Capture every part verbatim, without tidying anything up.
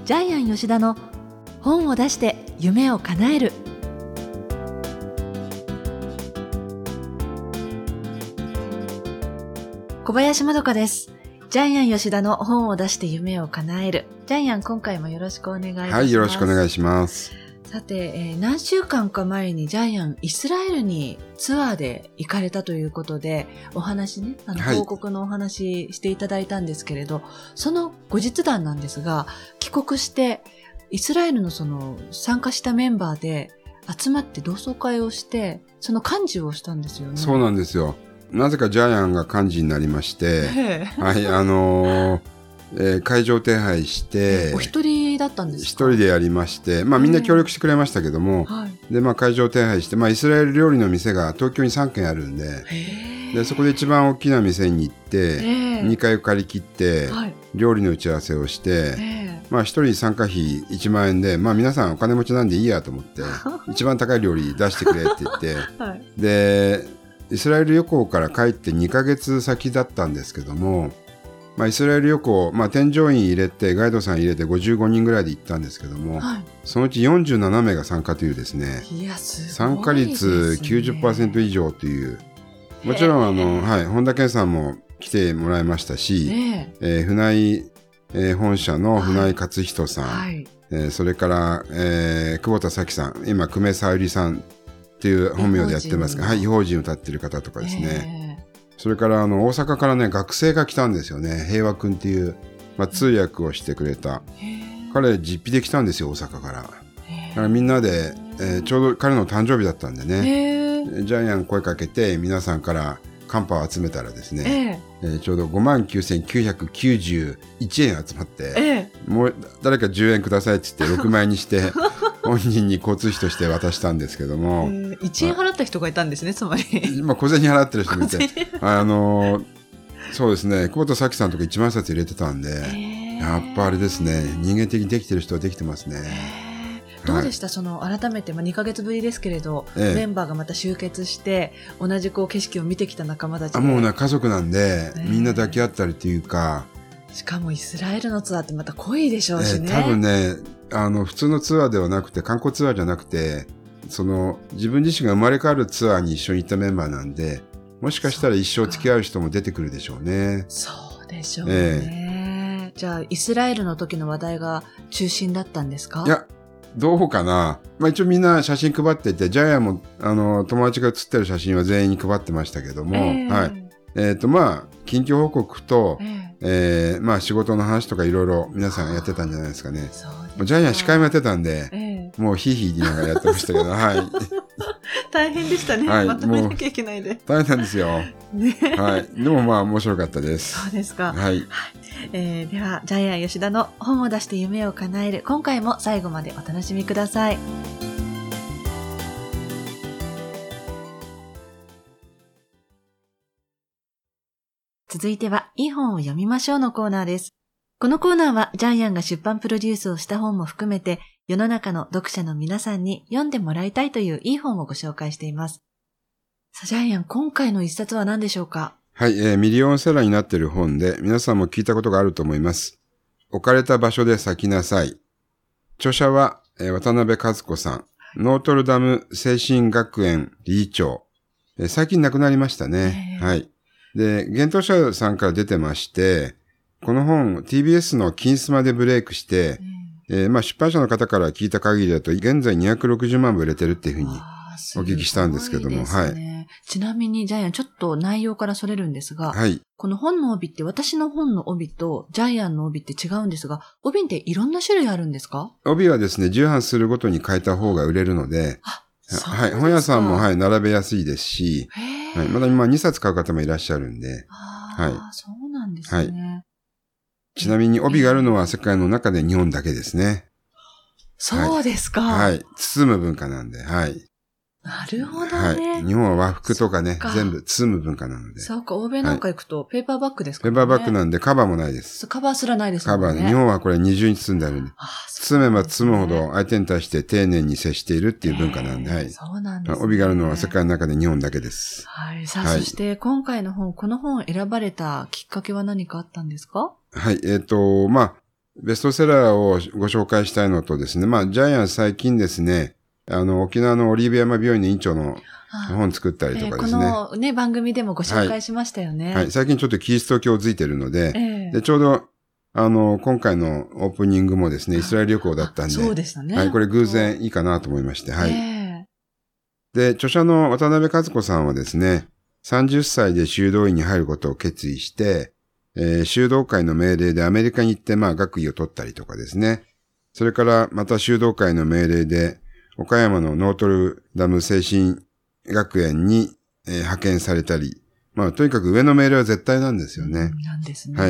ジャイアン吉田の本を出して夢を叶える。小林まどかです。ジャイアン吉田の本を出して夢を叶える。ジャイアン、今回もよろしくお願いいたします。 はい、よろしくお願いします。 さて、えー、何週間か前にジャイアンイスラエルにツアーで行かれたということで、お話ね、あの報告のお話していただいたんですけれど、はい、その後日談なんですが、帰国してイスラエルのその参加したメンバーで集まって同窓会をして、その幹事をしたんですよね。 そうなんですよ。なぜかジャイアンが幹事になりまして、はい、あのーえー、会場手配して、 お一人だったんですか？ 一人でやりまして、まあみんな協力してくれましたけども、はい、で、まあ会場手配して、まあイスラエル料理の店が東京にさんけんあるんで、で、そこで一番大きな店に行って、にかいを借り切って、はい、料理の打ち合わせをして、まあ一人参加費いちまんえんで、まあ皆さんお金持ちなんでいいやと思って、一番高い料理出してくれって言って、はい、で、イスラエル旅行から帰ってにかげつ先だったんですけども、まあ、イスラエル旅行、まあ、添乗員入れてガイドさん入れてごじゅうごにんぐらいで行ったんですけども、はい、そのうちよんじゅうななめいが参加というですね、 いやすごいですね、 参加率 きゅうじゅっパーセント 以上という、もちろんあの、はい、本田健さんも来てもらいましたし、えー、船井、えー、本社の船井勝人さん、はい、えー、それから、えー、久保田咲さん、今久米沙織さんっていう本名でやってますが、はい、異邦人を歌ってる方とかですね、それからあの大阪からね学生が来たんですよね。平和くんっていう、まあ、通訳をしてくれた彼実費で来たんですよ、大阪から。だからみんなで、えー、ちょうど彼の誕生日だったんでね、ジャイアン声かけて皆さんからカンパを集めたらですね、えーえー、ちょうど ごまんきゅうせんきゅうひゃくきゅうじゅういちえん集まって、えー、もう誰かじゅうえんくださいって言ってろくまんえんにして本人に交通費として渡したんですけども、えー、いちえん払った人がいたんですね、つまり今小銭払ってる人もいて、あのー、そうですね、久保田咲さんとかいちまんさつ入れてたんで、えー、やっぱあれですね、人間的にできてる人はできてますね。 えー、どうでした、はい、その改めて、まあ、にかげつぶりですけれど、えー、メンバーがまた集結して同じこう景色を見てきた仲間たちで、 あ、もうね家族なんで、えー、みんな抱き合ったりというか、 しかもイスラエルのツアーってまた濃いでしょうしね、 えー、多分ね、あの普通のツアーではなくて、観光ツアーじゃなくて、その自分自身が生まれ変わるツアーに一緒に行ったメンバーなんで、もしかしたら一生付き合う人も出てくるでしょうね。 そうでしょうね、えー、じゃあイスラエルの時の話題が中心だったんですか？ いや、どうかな、まあ、一応みんな写真配っていて、ジャイアンもあの友達が写ってる写真は全員に配ってましたけども、えーはい、えーとまあ近況報告と、えーえー、まあ仕事の話とかいろいろ皆さんやってたんじゃないですかね。そうジャイアン司会もやってたんで、えー、もうヒーヒー言いながらやってましたけど、はい。 大変でしたね、はい、まとめなきゃいけないで。 大変なんですよ。ね、はい。でもまあ面白かったです。 そうですか。 はい。はい、 えー、ではジャイアン吉田の本を出して夢を叶える、今回も最後までお楽しみください。続いては、いい本を読みましょうのコーナーです。このコーナーは、ジャイアンが出版プロデュースをした本も含めて、世の中の読者の皆さんに読んでもらいたいといういい本をご紹介しています。さあ、ジャイアン、今回の一冊は何でしょうか？ はい、えー、ミリオンセラーになっている本で、皆さんも聞いたことがあると思います。置かれた場所で咲きなさい。著者は、えー、渡辺和子さん、ノートルダム精神学園理事長。えー、最近亡くなりましたね。はい。で、幻冬舎さんから出てまして、この本 ティービーエス の金スマでブレイクして、うん、えー、まあ出版社の方から聞いた限りだと現在にひゃくろくじゅうまんぶ売れてるっていうふうにお聞きしたんですけども、ね、はい。 ちなみにジャイアン、ちょっと内容からそれるんですが、はい、この本の帯って私の本の帯とジャイアンの帯って違うんですが、帯っていろんな種類あるんですか？ 帯はですね、重版するごとに変えた方が売れるので、はい、本屋さんも、はい、並べやすいですし、はい、まだ今にさつ買う方もいらっしゃるんで、 はい、そうなんですね、はい。 ちなみに帯があるのは世界の中で日本だけですね。 そうですか。 はい、はい、包む文化なんで、はい。 なるほどね。 はい。日本は和服とかね、全部包む文化なので。 そうか、欧米なんか行くとペーパーバッグですかね。 ペーパーバッグなんでカバーもないです。 カバーすらないですもんね。 カバーね。日本はこれ二重に包んであるんで。包めば包むほど相手に対して丁寧に接しているっていう文化なんで、はい。 そうなんですね。 帯があるのは世界の中で日本だけです。 はい。さあ、そして今回の本、この本を選ばれたきっかけは何かあったんですか？ はい。えっと、まあ、 ベストセラーをご紹介したいのとですね、まあ、ジャイアン最近ですね、あの、沖縄のオリーブ山病院の院長の本作ったりとかですね。 えー、このね、番組でもご紹介しましたよね。 はい。はい、最近ちょっとキリスト教づいてるので、 えー、 でちょうど、あの、今回のオープニングもですね、イスラエル旅行だったんで。 そうでしたね。 はい、これ偶然いいかなと思いまして、はい。 えー、で、著者の渡辺和子さんはですね、さんじゅっさいで修道院に入ることを決意して、えー、修道会の命令でアメリカに行って、まあ、学位を取ったりとかですね。それから、また修道会の命令で、岡山のノートルダム精神学園に、えー、派遣されたり、まあ、とにかく上の命令は絶対なんですよね。 なんですね。 はい。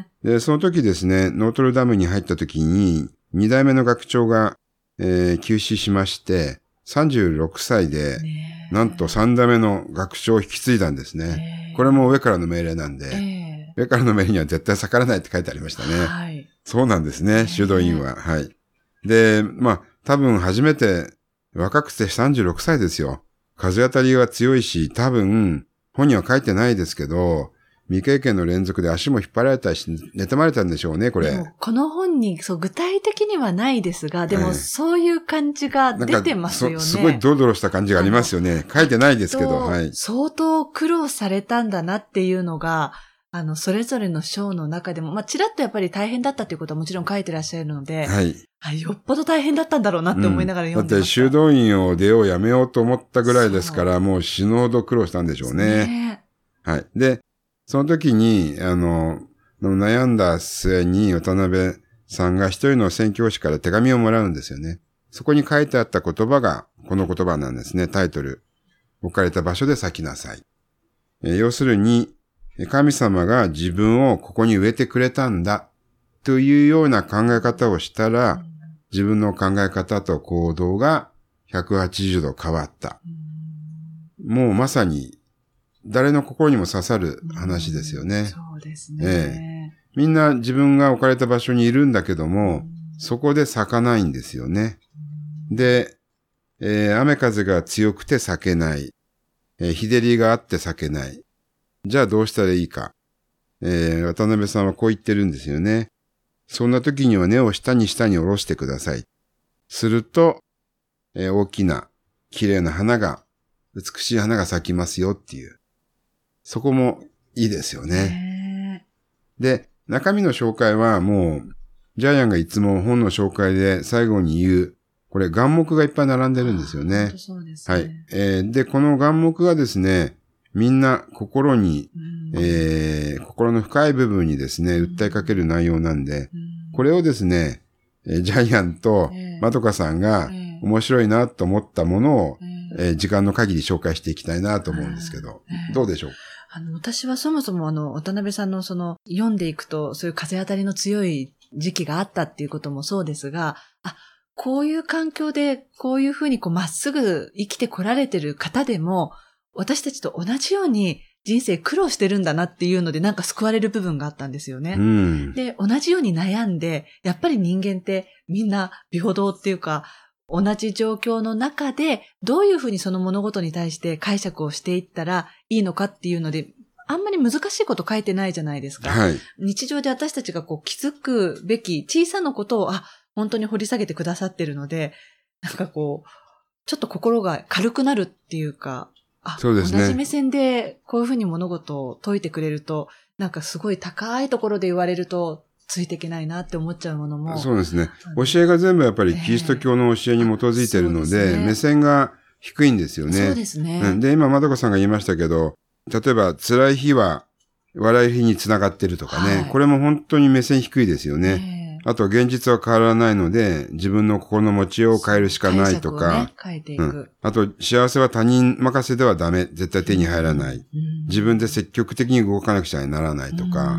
で、その時ですね、ノートルダムに入った時に、二代目の学長が、えー、急死しまして、さんじゅうろくさいで、なんと三代目の学長を引き継いだんですね。これも上からの命令なんで、えー、上からの命令には絶対逆らえないって書いてありましたね。はい。そうなんですね、修道院は。はい。で、まあ、多分初めて、若くてさんじゅうろくさいですよ。風当たりは強いし、多分、本には書いてないですけど、未経験の連続で足も引っ張られたりし、妬まれたんでしょうね、これ。 この本にそう具体的にはないですが、でもそういう感じが出てますよね。 すごいドロドロした感じがありますよね。書いてないですけど、はい。 相当苦労されたんだなっていうのが、あの、それぞれの章の中でも、まあ、ちらっとやっぱり大変だったっていうことはもちろん書いてらっしゃるので、はい。あ、よっぽど大変だったんだろうなって思いながら読んでました。 うん、だって修道院を出ようやめようと思ったぐらいですから、もう死ぬほど苦労したんでしょうね。ね。はい。で、その時に、あの、悩んだ末に渡辺さんが一人の宣教師から手紙をもらうんですよね。そこに書いてあった言葉が、この言葉なんですね。タイトル。置かれた場所で咲きなさい。えー、要するに、神様が自分をここに植えてくれたんだというような考え方をしたら、自分の考え方と行動がひゃくはちじゅうど変わった。もうまさに誰の心にも刺さる話ですよね。 そうですね、 ええ。みんな自分が置かれた場所にいるんだけども、そこで咲かないんですよね。で、えー、雨風が強くて咲けない。えー、日照りがあって咲けない。じゃあどうしたらいいか。えー、渡辺さんはこう言ってるんですよね。そんな時には根を下に下に下ろしてください。すると、えー、大きな、綺麗な花が、美しい花が咲きますよっていう。そこもいいですよね。で、中身の紹介はもう、ジャイアンがいつも本の紹介で最後に言う、これ眼目がいっぱい並んでるんですよね。 そうですね。 はい。えー、で、この眼目がですね、みんな心に、うんえー、心の深い部分にですね、訴えかける内容なんで、うん、これをですね、えー、ジャイアンとまどかさんが面白いなと思ったものを、えー、時間の限り紹介していきたいなと思うんですけど、どうでしょう？ あの、私はそもそもあの、渡辺さんのその、読んでいくと、そういう風当たりの強い時期があったっていうこともそうですが、あ、こういう環境で、こういうふうにこう、まっすぐ生きてこられてる方でも、私たちと同じように人生苦労してるんだなっていうので、なんか救われる部分があったんですよね。うん、で、同じように悩んで、やっぱり人間ってみんな平等っていうか、同じ状況の中で、どういうふうにその物事に対して解釈をしていったらいいのかっていうので、あんまり難しいこと書いてないじゃないですか。はい、日常で私たちがこう気づくべき小さなことを、あ、本当に掘り下げてくださってるので、なんかこう、ちょっと心が軽くなるっていうか、あ、そうですね。同じ目線でこういうふうに物事を解いてくれると、なんかすごい高いところで言われると、ついていけないなって思っちゃうものも。 そうですね。教えが全部やっぱりキリスト教の教えに基づいているので、えーね、目線が低いんですよね。 そうですね。 うん、で、今、まどかさんが言いましたけど、例えば辛い日は笑える日につながってるとかね、はい、これも本当に目線低いですよね。えーあと、現実は変わらないので、自分の心の持ちようを変えるしかないとか、 ね、変えていく、うん。 あと、幸せは他人任せではダメ。絶対手に入らない。うん、自分で積極的に動かなくちゃならないとか、うん、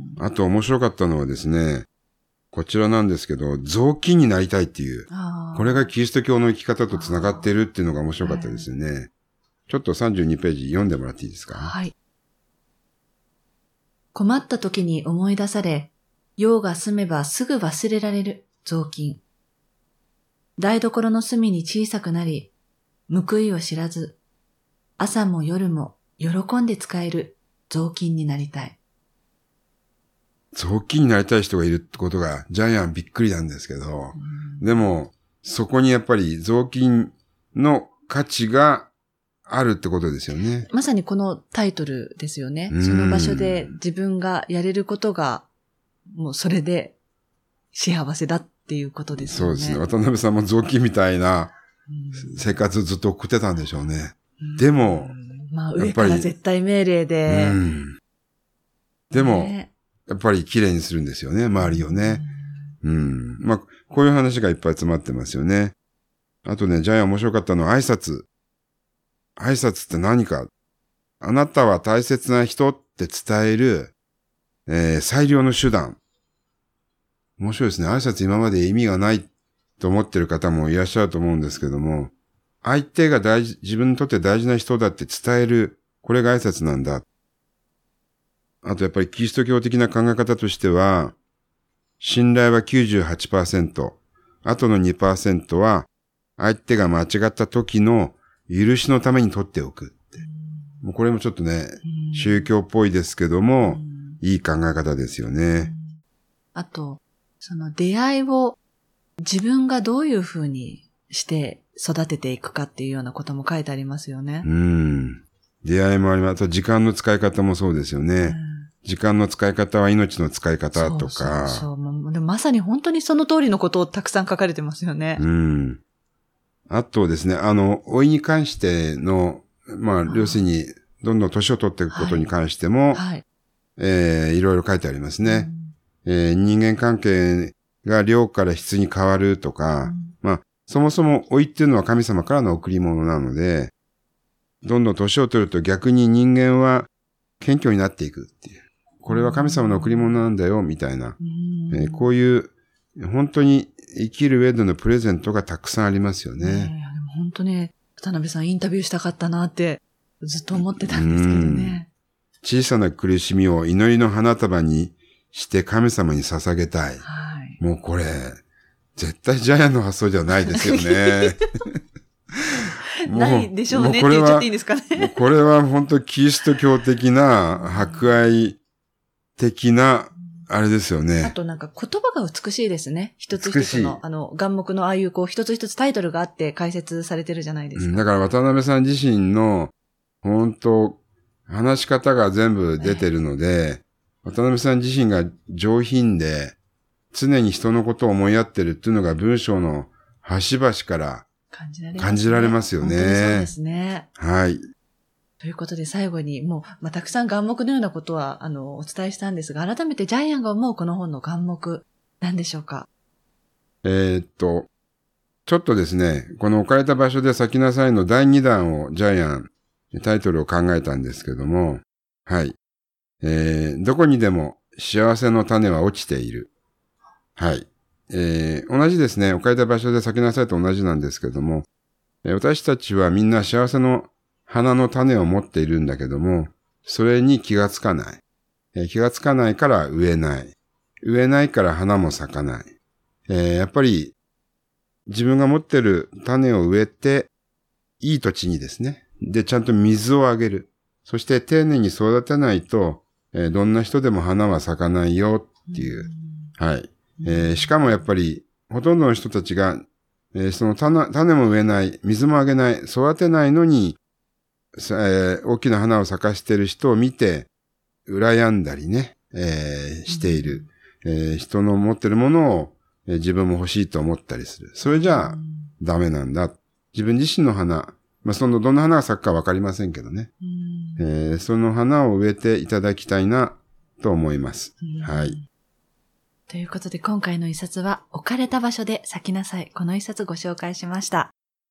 あと面白かったのはですね、こちらなんですけど、雑巾になりたいっていう、これがキリスト教の生き方と繋がっているっていうのが面白かったですよね。ちょっとさんじゅうにページ読んでもらっていいですか？ はい。困った時に思い出され、用が済めばすぐ忘れられる雑巾。台所の隅に小さくなり、報いを知らず、朝も夜も喜んで使える雑巾になりたい。 雑巾になりたい人がいるってことが、ジャイアンびっくりなんですけど、うん、でも、そこにやっぱり雑巾の価値があるってことですよね。 まさにこのタイトルですよね。その場所で自分がやれることが、もうそれで幸せだっていうことですよね。 そうですね。渡辺さんも雑巾みたいな生活をずっと送ってたんでしょうね。うん、でも、 まあ上から絶対命令で。うん、 でも、ね、やっぱり綺麗にするんですよね、周りをね。うん、うん。まあ、こういう話がいっぱい詰まってますよね。あとね、ジャイアン面白かったのは挨拶。挨拶って何か。あなたは大切な人って伝える、えー、最良の手段。面白いですね。挨拶今まで意味がないと思ってる方もいらっしゃると思うんですけども、相手が大事、自分にとって大事な人だって伝える。これが挨拶なんだ。あとやっぱりキリスト教的な考え方としては、信頼は きゅうじゅうはちパーセント。あとの にパーセント は、相手が間違った時の許しのために取っておくって。もうこれもちょっとね、宗教っぽいですけども、いい考え方ですよね。 あと、その出会いを自分がどういうふうにして育てていくかっていうようなことも書いてありますよね。 うん。出会いもあります。あと時間の使い方もそうですよね。うん、時間の使い方は命の使い方とか。 そうそうそう。もうでもまさに本当にその通りのことをたくさん書かれてますよね。 うん。あとですね、あの、老いに関しての、まあ、要するに、どんどん年を取っていくことに関しても、はいはい、えー、いろいろ書いてありますね。うん、えー、人間関係が量から質に変わるとか、うん、まあ、そもそも老いっていうのは神様からの贈り物なので、どんどん年を取ると逆に人間は謙虚になっていくっていう。これは神様の贈り物なんだよ、みたいな。うん、えー、こういう、本当に生きる上でのプレゼントがたくさんありますよね。ね、 でも本当ね、渡辺さんインタビューしたかったなってずっと思ってたんですけどね。 小さな苦しみを祈りの花束にして神様に捧げたい。はい、もうこれ、絶対ジャイアンの発想じゃないですよね。 ないでしょうねって言っちゃっていいんですかね。 これは本当キリスト教的な博愛的なあれですよね。 あとなんか言葉が美しいですね。一つ一つの、あの、眼目のああいうこう、一つ一つタイトルがあって解説されてるじゃないですか。 だから渡辺さん自身の、本当話し方が全部出てるので、えー、渡辺さん自身が上品で、常に人のことを思いやってるっていうのが文章の端々から感じられますね。感じられますよね。 本当にそうですね。 はい。 ということで最後にもう、まあ、たくさん眼目のようなことはあのお伝えしたんですが、改めてジャイアンが思うこの本の眼目何でしょうか？ えー、っとちょっとですね、この置かれた場所で咲きなさいのだいにだんをジャイアンタイトルを考えたんですけども、はい、えー、どこにでも幸せの種は落ちている。はい、えー、同じですね、置かれた場所で咲きなさいと同じなんですけども、私たちはみんな幸せの花の種を持っているんだけども、それに気がつかない。えー、気がつかないから植えない。植えないから花も咲かない。えー、やっぱり自分が持ってる種を植えて、いい土地にですね。で、ちゃんと水をあげる。そして丁寧に育てないと、えー、どんな人でも花は咲かないよっていう。はい。えー、しかもやっぱり、ほとんどの人たちが、えー、その種、種も植えない、水もあげない、育てないのに、えー、大きな花を咲かしている人を見て、羨んだりね、えー、している、えー。人の持ってるものを、えー、自分も欲しいと思ったりする。それじゃあ、ダメなんだ。自分自身の花、まあ、その、どんな花が咲くかわかりませんけどね。えー、その花を植えていただきたいな、と思います。はい。 ということで、今回の一冊は、置かれた場所で咲きなさい。この一冊ご紹介しました。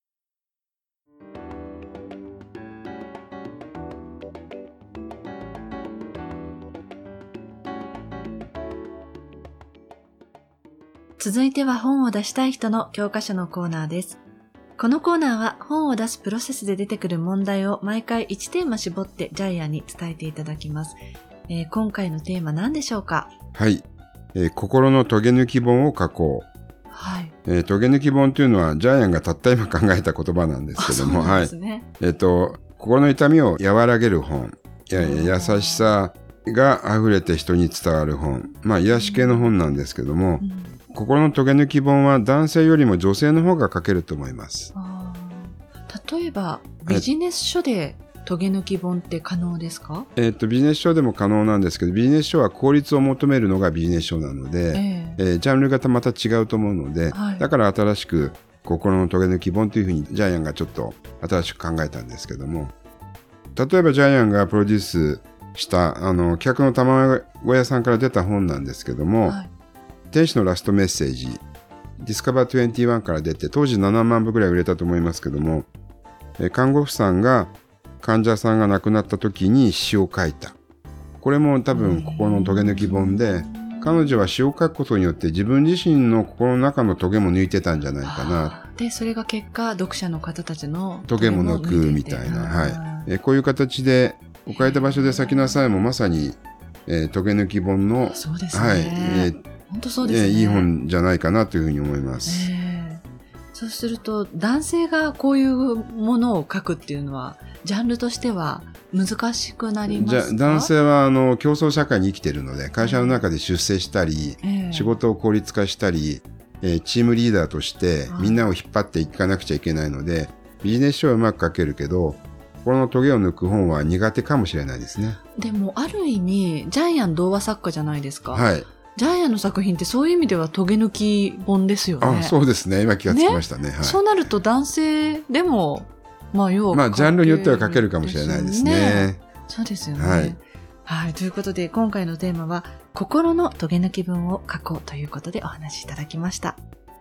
続いては本を出したい人の教科書のコーナーです。このコーナーは本を出すプロセスで出てくる問題を毎回いちテーマ絞ってジャイアンに伝えていただきます。えー、今回のテーマ何でしょうか？ はい、えー、心のトゲ抜き本を書こう。はい。えー、トゲ抜き本というのはジャイアンがたった今考えた言葉なんですけども、 そうなんですね。 はい。えっ、ー、と、心の痛みを和らげる本。いやいや、優しさ、 が溢れて人に伝わる本。まあ、癒し系の本なんですけども、うん、心のトゲ抜き本は男性よりも女性の方が書けると思います。 あ、例えば、ビジネス書でトゲ抜き本って可能ですか？ えー、っと、ビジネス書でも可能なんですけど、ビジネス書は効率を求めるのがビジネス書なので、えーえー、ジャンルがまた違うと思うので、はい、だから新しく心のトゲ抜き本というふうにジャイアンがちょっと新しく考えたんですけども、例えばジャイアンがプロデュースしたあの客の卵屋さんから出た本なんですけども、はい、天使のラストメッセージディスカバーにじゅういちから出て当時ななまんぶぐらい売れたと思いますけども、え看護婦さんが患者さんが亡くなった時に詩を書いた。これも多分心のトゲ抜き本で、彼女は詩を書くことによって自分自身の心の中のトゲも抜いてたんじゃないかな。 でそれが結果読者の方たちのトゲも抜くみたいな、はい、えこういう形で置かれた場所で咲きなさいもまさに、えー、トゲ抜き本の、 そうですね、はい、えー、本当そうですね、 えー、いい本じゃないかなというふうに思います。 えー、そうすると男性がこういうものを書くっていうのはジャンルとしては難しくなりますか？ じゃ男性はあの競争社会に生きているので、会社の中で出世したり、えー、仕事を効率化したり、えー、チームリーダーとしてみんなを引っ張っていかなくちゃいけないので、ビジネス書はうまく書けるけどこのトゲを抜く本は苦手かもしれないですね。 でもある意味ジャイアン童話作家じゃないですか。 はい。 ジャイアンの作品ってそういう意味ではトゲ抜き本ですよね。 あ、そうですね。今気がつきましたね。ね、はい、 そうなると男性でもまあ要は、 まあジャンルによっては書けるかもしれないですね。 そうですよね。 はい。 はい。ということで今回のテーマは心のトゲ抜き文を書こうということでお話しいただきました。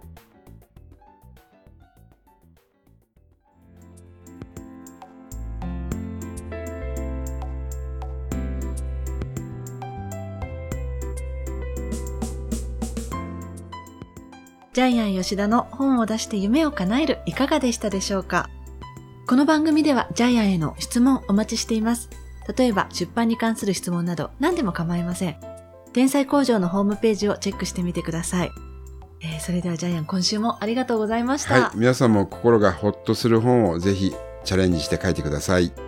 ジャイアン吉田の本を出して夢を叶えるいかがでしたでしょうか？この番組ではジャイアンへの質問お待ちしています。例えば出版に関する質問など何でも構いません。天才工場のホームページをチェックしてみてください。えー、それではジャイアン今週もありがとうございました。 はい、皆さんも心がほっとする本をぜひチャレンジして書いてください。